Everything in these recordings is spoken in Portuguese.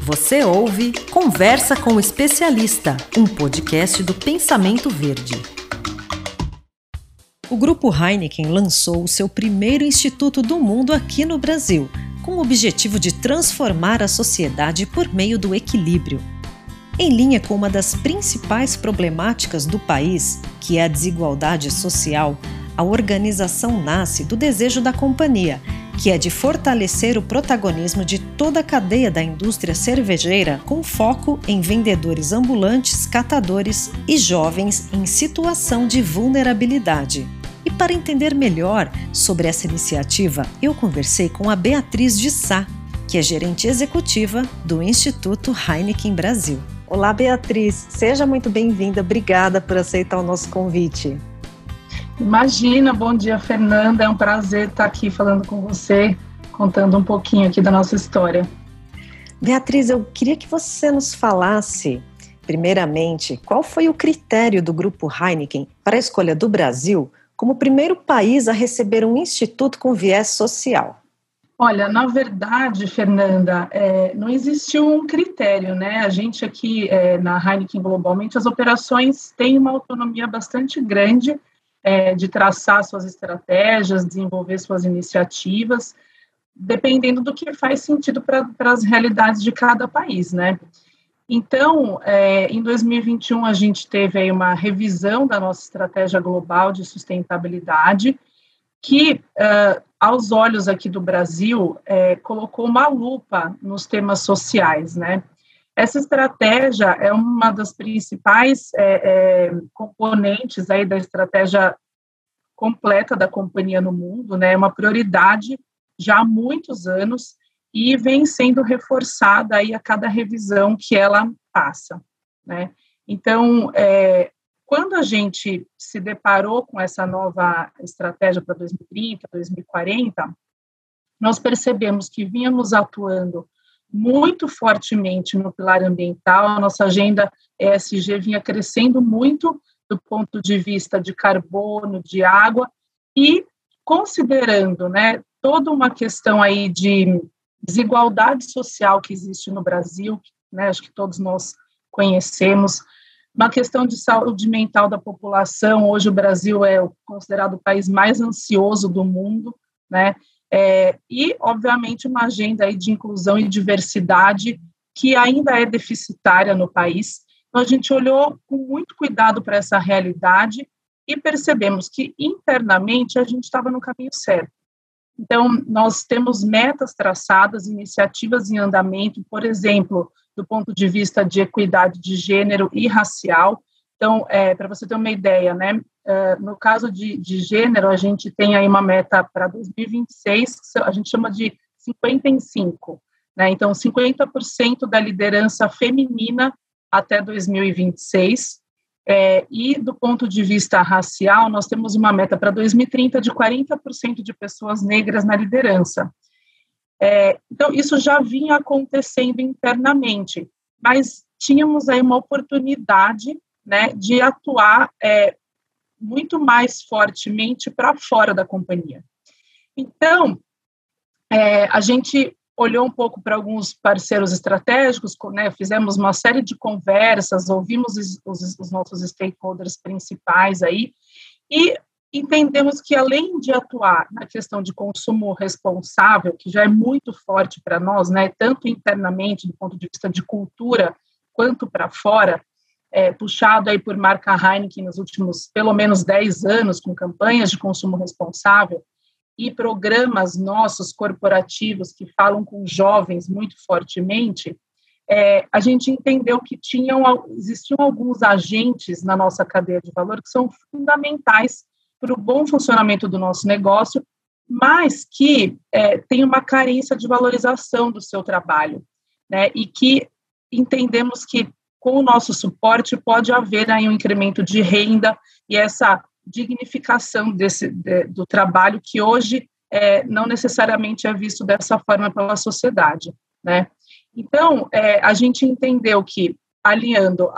Você ouve Conversa com o Especialista, um podcast do Pensamento Verde. O Grupo Heineken lançou o seu primeiro instituto do mundo aqui no Brasil, com o objetivo de transformar a sociedade por meio do equilíbrio. Em linha com uma das principais problemáticas do país, que é a desigualdade social, a organização nasce do desejo da companhia, que é de fortalecer o protagonismo de toda a cadeia da indústria cervejeira com foco em vendedores ambulantes, catadores e jovens em situação de vulnerabilidade. E para entender melhor sobre essa iniciativa, eu conversei com a Beatriz de Sá, que é gerente executiva do Instituto Heineken Brasil. Olá, Beatriz, seja muito bem-vinda, obrigada por aceitar o nosso convite. Imagina, bom dia, Fernanda, é um prazer estar aqui falando com você, contando um pouquinho aqui da nossa história. Beatriz, eu queria que você nos falasse, primeiramente, qual foi o critério do Grupo Heineken para a escolha do Brasil como o primeiro país a receber um instituto com viés social? Olha, na verdade, Fernanda, não existiu um critério, né? A gente aqui na Heineken globalmente, as operações têm uma autonomia bastante grande de traçar suas estratégias, desenvolver suas iniciativas, dependendo do que faz sentido para as realidades de cada país, né? Então, em 2021, a gente teve aí uma revisão da nossa estratégia global de sustentabilidade, que, aos olhos aqui do Brasil, colocou uma lupa nos temas sociais, né? Essa estratégia é uma das principais componentes aí da estratégia completa da companhia no mundo, né? É uma prioridade já há muitos anos e vem sendo reforçada aí a cada revisão que ela passa, né? Então, quando a gente se deparou com essa nova estratégia para 2030, 2040, nós percebemos que vínhamos atuando muito fortemente no pilar ambiental, a nossa agenda ESG vinha crescendo muito do ponto de vista de carbono, de água, e considerando, né, toda uma questão aí de desigualdade social que existe no Brasil, né, acho que todos nós conhecemos, uma questão de saúde mental da população. Hoje o Brasil é considerado o país mais ansioso do mundo, né? E, obviamente, uma agenda aí de inclusão e diversidade que ainda é deficitária no país. Então, a gente olhou com muito cuidado para essa realidade e percebemos que, internamente, a gente estava no caminho certo. Então, nós temos metas traçadas, iniciativas em andamento, por exemplo, do ponto de vista de equidade de gênero e racial. Então, para você ter uma ideia, né, no caso de gênero, a gente tem aí uma meta para 2026, que a gente chama de 50 em 5, né? Então, 50% da liderança feminina até 2026, e do ponto de vista racial, nós temos uma meta para 2030 de 40% de pessoas negras na liderança. Então, isso já vinha acontecendo internamente, mas tínhamos aí uma oportunidade, né, de atuar muito mais fortemente para fora da companhia. Então, a gente olhou um pouco para alguns parceiros estratégicos, né, fizemos uma série de conversas, ouvimos os nossos stakeholders principais aí, e entendemos que, além de atuar na questão de consumo responsável, que já é muito forte para nós, né, tanto internamente, do ponto de vista de cultura, quanto para fora, puxado aí por marca Heineken nos últimos, pelo menos 10 anos, com campanhas de consumo responsável e programas nossos corporativos que falam com jovens muito fortemente, a gente entendeu que existiam alguns agentes na nossa cadeia de valor que são fundamentais para o bom funcionamento do nosso negócio, mas que tem uma carência de valorização do seu trabalho, né? E que entendemos que, com o nosso suporte, pode haver aí um incremento de renda e essa dignificação do trabalho que hoje não necessariamente é visto dessa forma pela sociedade, né? Então, a gente entendeu que, alinhando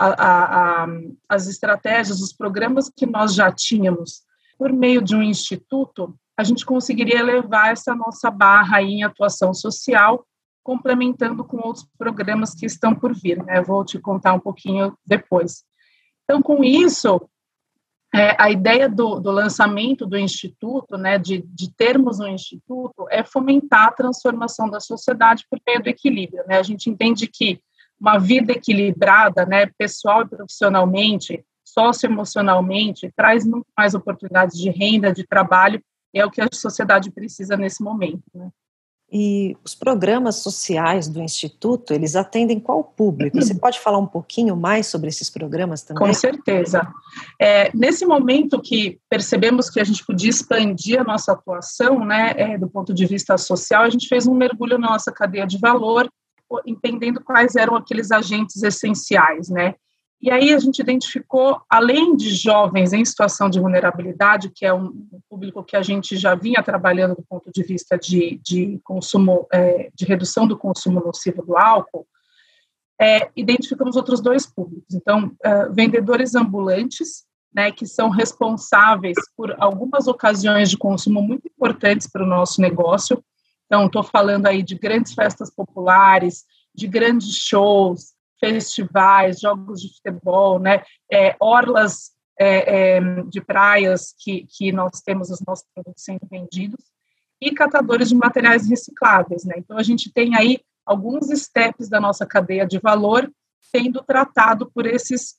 as estratégias, os programas que nós já tínhamos por meio de um instituto, a gente conseguiria elevar essa nossa barra aí em atuação social complementando com outros programas que estão por vir, né? Eu vou te contar um pouquinho depois. Então, com isso, a ideia do lançamento do Instituto, né, de termos um Instituto, é fomentar a transformação da sociedade por meio do equilíbrio, né? A gente entende que uma vida equilibrada, né, pessoal e profissionalmente, socioemocionalmente, traz muito mais oportunidades de renda, de trabalho, e é o que a sociedade precisa nesse momento, né? E os programas sociais do Instituto, eles atendem qual público? Você pode falar um pouquinho mais sobre esses programas também? Com certeza. Nesse momento que percebemos que a gente podia expandir a nossa atuação, né, do ponto de vista social, a gente fez um mergulho na nossa cadeia de valor, entendendo quais eram aqueles agentes essenciais, né? E aí a gente identificou, além de jovens em situação de vulnerabilidade, que é um público que a gente já vinha trabalhando do ponto de vista de consumo, de redução do consumo nocivo do álcool, identificamos outros dois públicos. Então, vendedores ambulantes, né, que são responsáveis por algumas ocasiões de consumo muito importantes para o nosso negócio. Então, estou falando aí de grandes festas populares, de grandes shows, festivais, jogos de futebol, né, orlas de praias que nós temos os nossos produtos sendo vendidos, e catadores de materiais recicláveis, né. Então, a gente tem aí alguns steps da nossa cadeia de valor sendo tratado por esses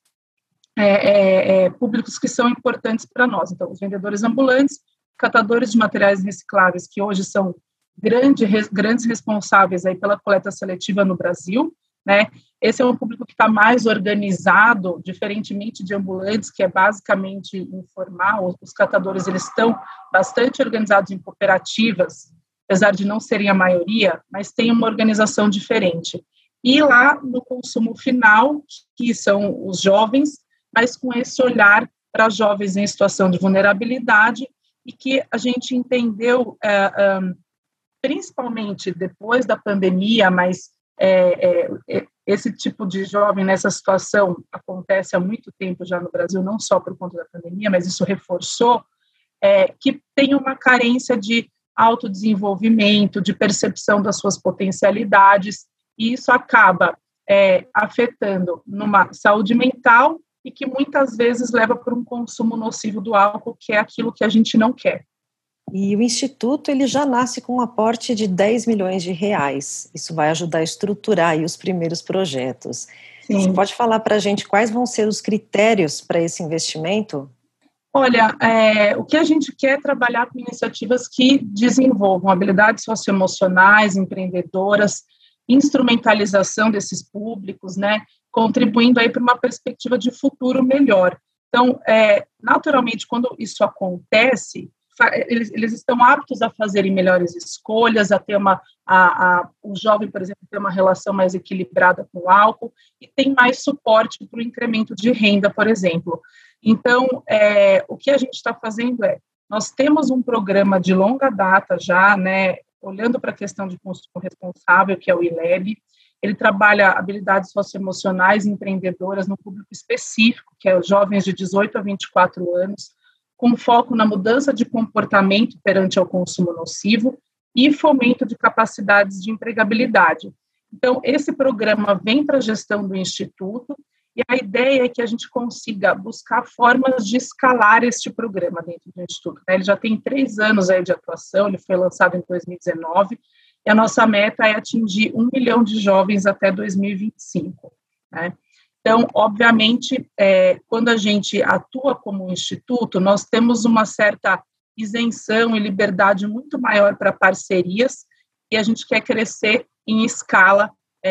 públicos que são importantes para nós. Então, os vendedores ambulantes, catadores de materiais recicláveis, que hoje são grandes responsáveis aí pela coleta seletiva no Brasil, né? Esse é um público que está mais organizado, diferentemente de ambulantes, que é basicamente informal. Os catadores, eles estão bastante organizados em cooperativas, apesar de não serem a maioria, mas tem uma organização diferente. E lá no consumo final, que são os jovens, mas com esse olhar para jovens em situação de vulnerabilidade, e que a gente entendeu, principalmente depois da pandemia, mas esse tipo de jovem nessa situação acontece há muito tempo já no Brasil, não só por conta da pandemia, mas isso reforçou, que tem uma carência de autodesenvolvimento, de percepção das suas potencialidades, e isso acaba afetando numa saúde mental e que muitas vezes leva para um consumo nocivo do álcool, que é aquilo que a gente não quer. E o Instituto, ele já nasce com um aporte de 10 milhões de reais. Isso vai ajudar a estruturar aí os primeiros projetos. Sim. Você pode falar para a gente quais vão ser os critérios para esse investimento? Olha, o que a gente quer é trabalhar com iniciativas que desenvolvam habilidades socioemocionais, empreendedoras, instrumentalização desses públicos, né, contribuindo aí para uma perspectiva de futuro melhor. Então, naturalmente, quando isso acontece, eles estão aptos a fazerem melhores escolhas, a ter o jovem, por exemplo, ter uma relação mais equilibrada com o álcool e tem mais suporte para o incremento de renda, por exemplo. Então, o que a gente está fazendo nós temos um programa de longa data já, né, olhando para a questão de consumo responsável, que é o ILEB. Ele trabalha habilidades socioemocionais e empreendedoras no público específico, que é os jovens de 18 a 24 anos, com foco na mudança de comportamento perante ao consumo nocivo e fomento de capacidades de empregabilidade. Então, esse programa vem para a gestão do Instituto e a ideia é que a gente consiga buscar formas de escalar este programa dentro do Instituto. Ele já tem 3 anos aí de atuação, ele foi lançado em 2019 e a nossa meta é atingir 1 milhão de jovens até 2025, né? Então, obviamente, quando a gente atua como instituto, nós temos uma certa isenção e liberdade muito maior para parcerias e a gente quer crescer em escala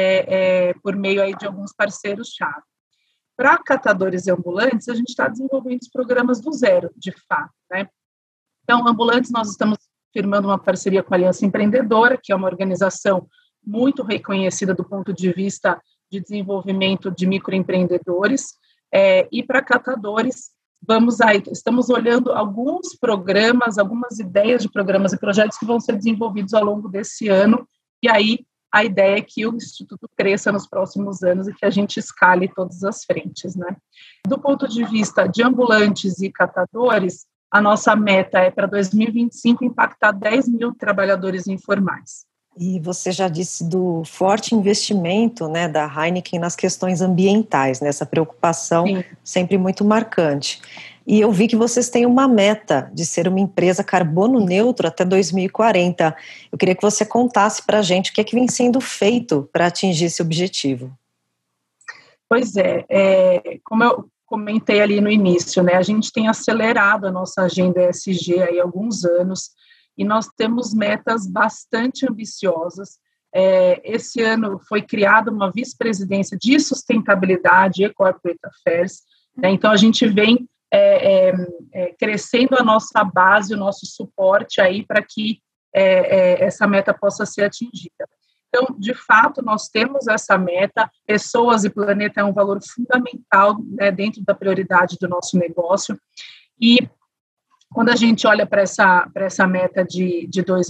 por meio aí de alguns parceiros-chave. Para catadores e ambulantes, a gente está desenvolvendo os programas do zero, de fato, né? Então, ambulantes, nós estamos firmando uma parceria com a Aliança Empreendedora, que é uma organização muito reconhecida do ponto de vista de desenvolvimento de microempreendedores, e para catadores, estamos olhando alguns programas, algumas ideias de programas e projetos que vão ser desenvolvidos ao longo desse ano, e aí a ideia é que o Instituto cresça nos próximos anos e que a gente escale todas as frentes, né? Do ponto de vista de ambulantes e catadores, a nossa meta é para 2025 impactar 10 mil trabalhadores informais. E você já disse do forte investimento, né, da Heineken nas questões ambientais, né, essa preocupação Sim. sempre muito marcante. E eu vi que vocês têm uma meta de ser uma empresa carbono neutro até 2040. Eu queria que você contasse para a gente o que é que vem sendo feito para atingir esse objetivo. Pois como eu comentei ali no início, né, a gente tem acelerado a nossa agenda ESG aí há alguns anos, e nós temos metas bastante ambiciosas. Esse ano foi criada uma vice-presidência de sustentabilidade e corporate affairs, né, então a gente vem crescendo a nossa base, o nosso suporte aí para que essa meta possa ser atingida. Então, de fato, nós temos essa meta, pessoas e planeta é um valor fundamental, né, dentro da prioridade do nosso negócio, e quando a gente olha para essa meta de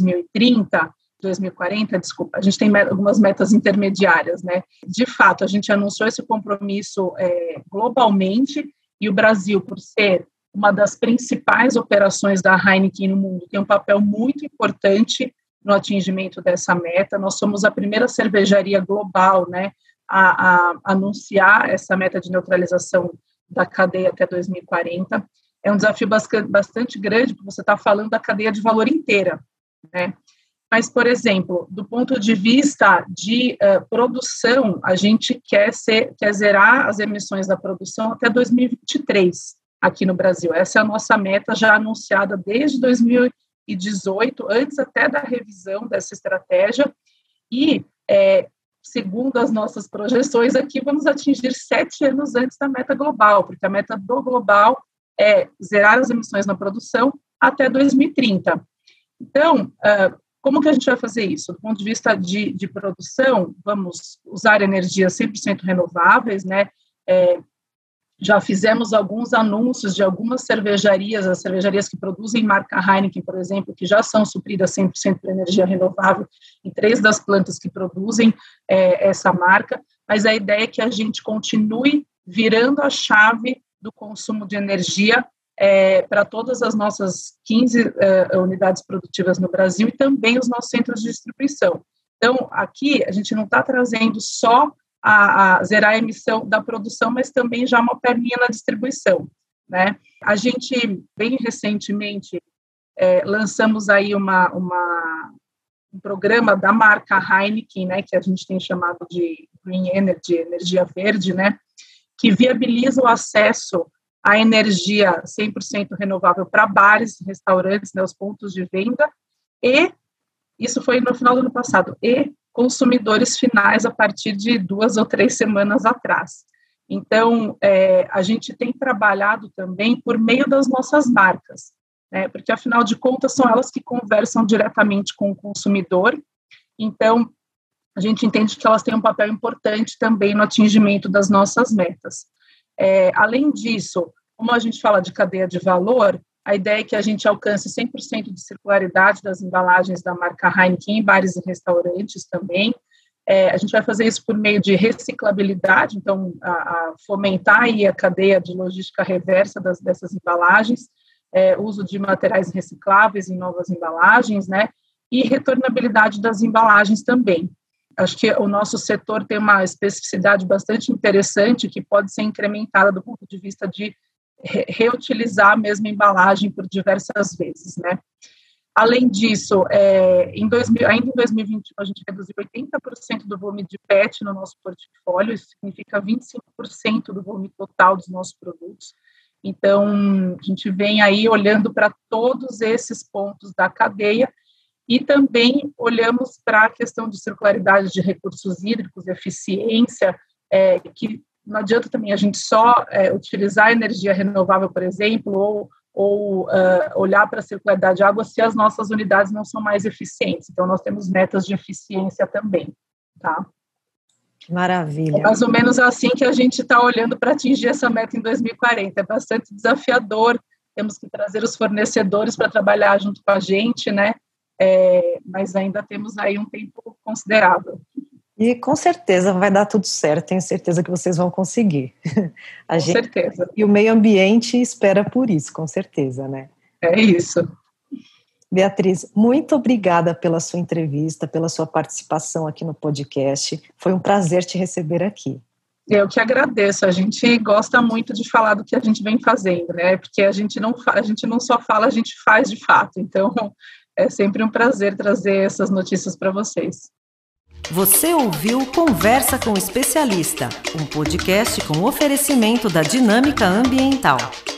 2040, desculpa, a gente tem algumas metas intermediárias, né? De fato, a gente anunciou esse compromisso globalmente, e o Brasil, por ser uma das principais operações da Heineken no mundo, tem um papel muito importante no atingimento dessa meta. Nós somos a primeira cervejaria global, né, a anunciar essa meta de neutralização da cadeia até 2040. É um desafio bastante grande, porque você está falando da cadeia de valor inteira, né? Mas, por exemplo, do ponto de vista de produção, a gente quer zerar as emissões da produção até 2023 aqui no Brasil. Essa é a nossa meta já anunciada desde 2018, antes até da revisão dessa estratégia, e segundo as nossas projeções aqui, vamos atingir 7 anos antes da meta global, porque a meta do global é zerar as emissões na produção até 2030. Então, como que a gente vai fazer isso? Do ponto de vista de produção, vamos usar energias 100% renováveis, né? Já fizemos alguns anúncios de algumas cervejarias, as cervejarias que produzem marca Heineken, por exemplo, que já são supridas 100% por energia renovável em 3 das plantas que produzem essa marca, mas a ideia é que a gente continue virando a chave do consumo de energia para todas as nossas 15 unidades produtivas no Brasil e também os nossos centros de distribuição. Então, aqui a gente não está trazendo só a zerar a emissão da produção, mas também já uma perninha na distribuição, né? A gente, bem recentemente, lançamos aí um programa da marca Heineken, né, que a gente tem chamado de Green Energy, energia verde, né, que viabiliza o acesso à energia 100% renovável para bares, restaurantes, né, os pontos de venda, e isso foi no final do ano passado, e consumidores finais a partir de 2 ou 3 semanas atrás. Então, a gente tem trabalhado também por meio das nossas marcas, né, porque, afinal de contas, são elas que conversam diretamente com o consumidor, então, a gente entende que elas têm um papel importante também no atingimento das nossas metas. Além disso, como a gente fala de cadeia de valor, a ideia é que a gente alcance 100% de circularidade das embalagens da marca Heineken em bares e restaurantes também. A gente vai fazer isso por meio de reciclabilidade, então, fomentar aí a cadeia de logística reversa dessas embalagens, uso de materiais recicláveis em novas embalagens, né, e retornabilidade das embalagens também. Acho que o nosso setor tem uma especificidade bastante interessante que pode ser incrementada do ponto de vista de reutilizar a mesma embalagem por diversas vezes, né? Além disso, ainda em 2021, a gente reduziu 80% do volume de PET no nosso portfólio, isso significa 25% do volume total dos nossos produtos. Então, a gente vem aí olhando para todos esses pontos da cadeia e também olhamos para a questão de circularidade de recursos hídricos, eficiência, que não adianta também a gente só utilizar energia renovável, por exemplo, ou olhar para a circularidade de água se as nossas unidades não são mais eficientes. Então, nós temos metas de eficiência também, tá? Maravilha. É mais ou menos assim que a gente está olhando para atingir essa meta em 2040. É bastante desafiador, temos que trazer os fornecedores para trabalhar junto com a gente, né? Mas ainda temos aí um tempo considerável. E com certeza vai dar tudo certo, tenho certeza que vocês vão conseguir. Com certeza. E o meio ambiente espera por isso, com certeza, né? É isso. Beatriz, muito obrigada pela sua entrevista, pela sua participação aqui no podcast. Foi um prazer te receber aqui. Eu que agradeço. A gente gosta muito de falar do que a gente vem fazendo, né? Porque a gente não só fala, a gente faz de fato. Então, é sempre um prazer trazer essas notícias para vocês. Você ouviu Conversa com o Especialista, um podcast com oferecimento da Dinâmica Ambiental.